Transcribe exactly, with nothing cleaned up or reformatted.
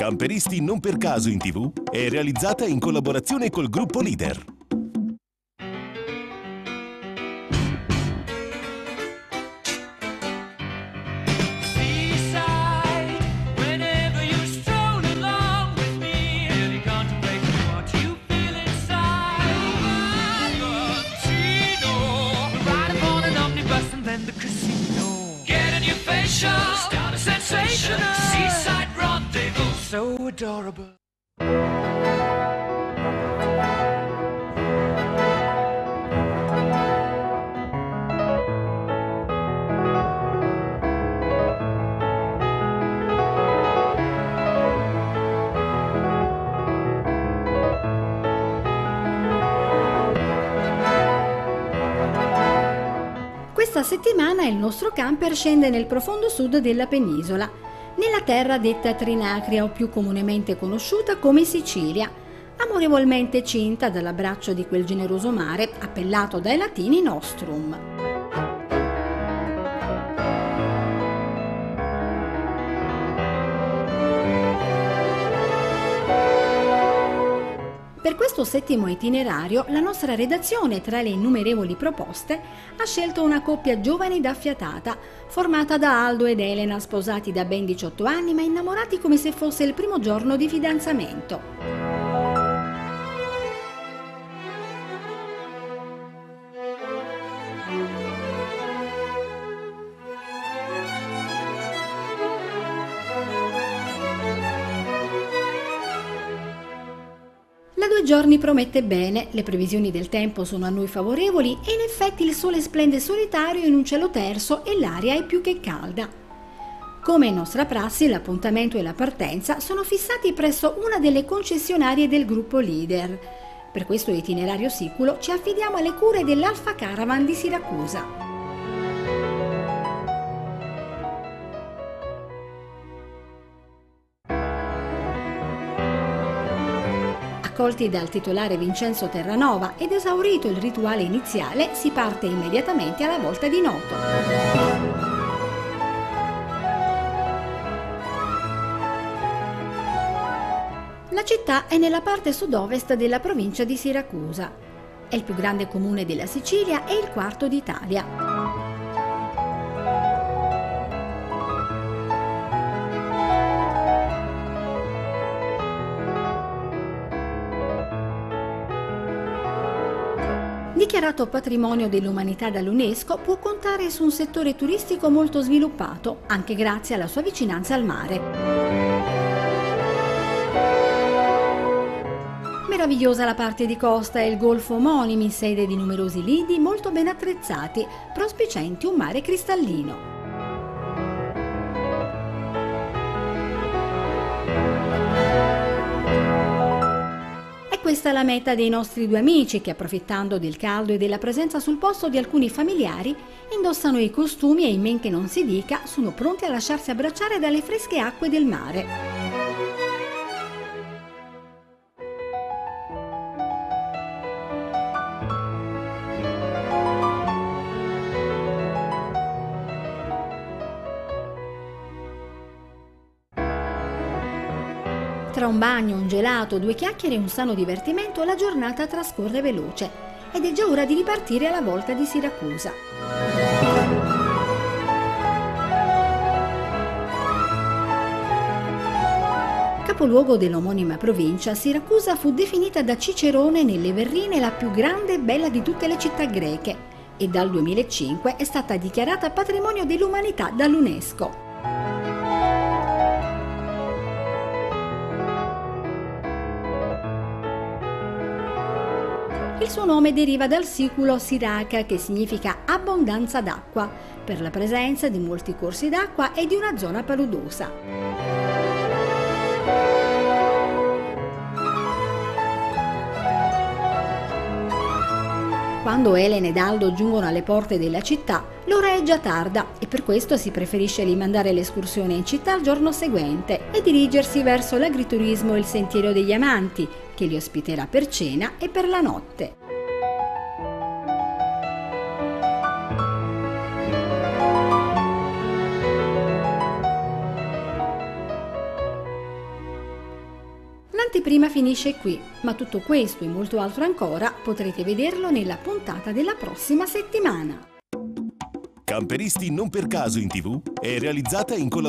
Camperisti non per caso in tivù è realizzata in collaborazione col gruppo Leader. Seaside rendezvous, so adorable. Questa settimana il nostro camper scende nel profondo sud della penisola, nella terra detta Trinacria o più comunemente conosciuta come Sicilia, amorevolmente cinta dall'abbraccio di quel generoso mare appellato dai latini nostrum. Per questo settimo itinerario, la nostra redazione, tra le innumerevoli proposte, ha scelto una coppia giovane ed affiatata, formata da Aldo ed Elena, sposati da ben diciotto anni ma innamorati come se fosse il primo giorno di fidanzamento. La due giorni promette bene, le previsioni del tempo sono a noi favorevoli e in effetti il sole splende solitario in un cielo terso e l'aria è più che calda. Come in nostra prassi, l'appuntamento e la partenza sono fissati presso una delle concessionarie del gruppo Leader. Per questo itinerario siculo ci affidiamo alle cure dell'Alfa Caravan di Siracusa. Accolti dal titolare Vincenzo Terranova ed esaurito il rituale iniziale, si parte immediatamente alla volta di Noto. La città è nella parte sud-ovest della provincia di Siracusa. È il più grande comune della Sicilia e il quarto d'Italia. Dichiarato patrimonio dell'umanità dall'UNESCO, può contare su un settore turistico molto sviluppato, anche grazie alla sua vicinanza al mare. Meravigliosa la parte di costa e il golfo omonimi, sede di numerosi lidi molto ben attrezzati, prospicenti un mare cristallino. Questa è la meta dei nostri due amici che, approfittando del caldo e della presenza sul posto di alcuni familiari, indossano i costumi e in men che non si dica sono pronti a lasciarsi abbracciare dalle fresche acque del mare. Tra un bagno, un gelato, due chiacchiere e un sano divertimento, la giornata trascorre veloce ed è già ora di ripartire alla volta di Siracusa. Capoluogo dell'omonima provincia, Siracusa fu definita da Cicerone nelle Verrine la più grande e bella di tutte le città greche e dal duemilacinque è stata dichiarata patrimonio dell'umanità dall'UNESCO. Il suo nome deriva dal siculo Siraca, che significa abbondanza d'acqua, per la presenza di molti corsi d'acqua e di una zona paludosa. Quando Elena ed Aldo giungono alle porte della città, l'ora è già tarda e per questo si preferisce rimandare l'escursione in città al giorno seguente e dirigersi verso l'agriturismo Il Sentiero degli Amanti, che li ospiterà per cena e per la notte. L'anteprima finisce qui, ma tutto questo e molto altro ancora potrete vederlo nella puntata della prossima settimana. Camperisti non per caso in tivù è realizzata in collaborazione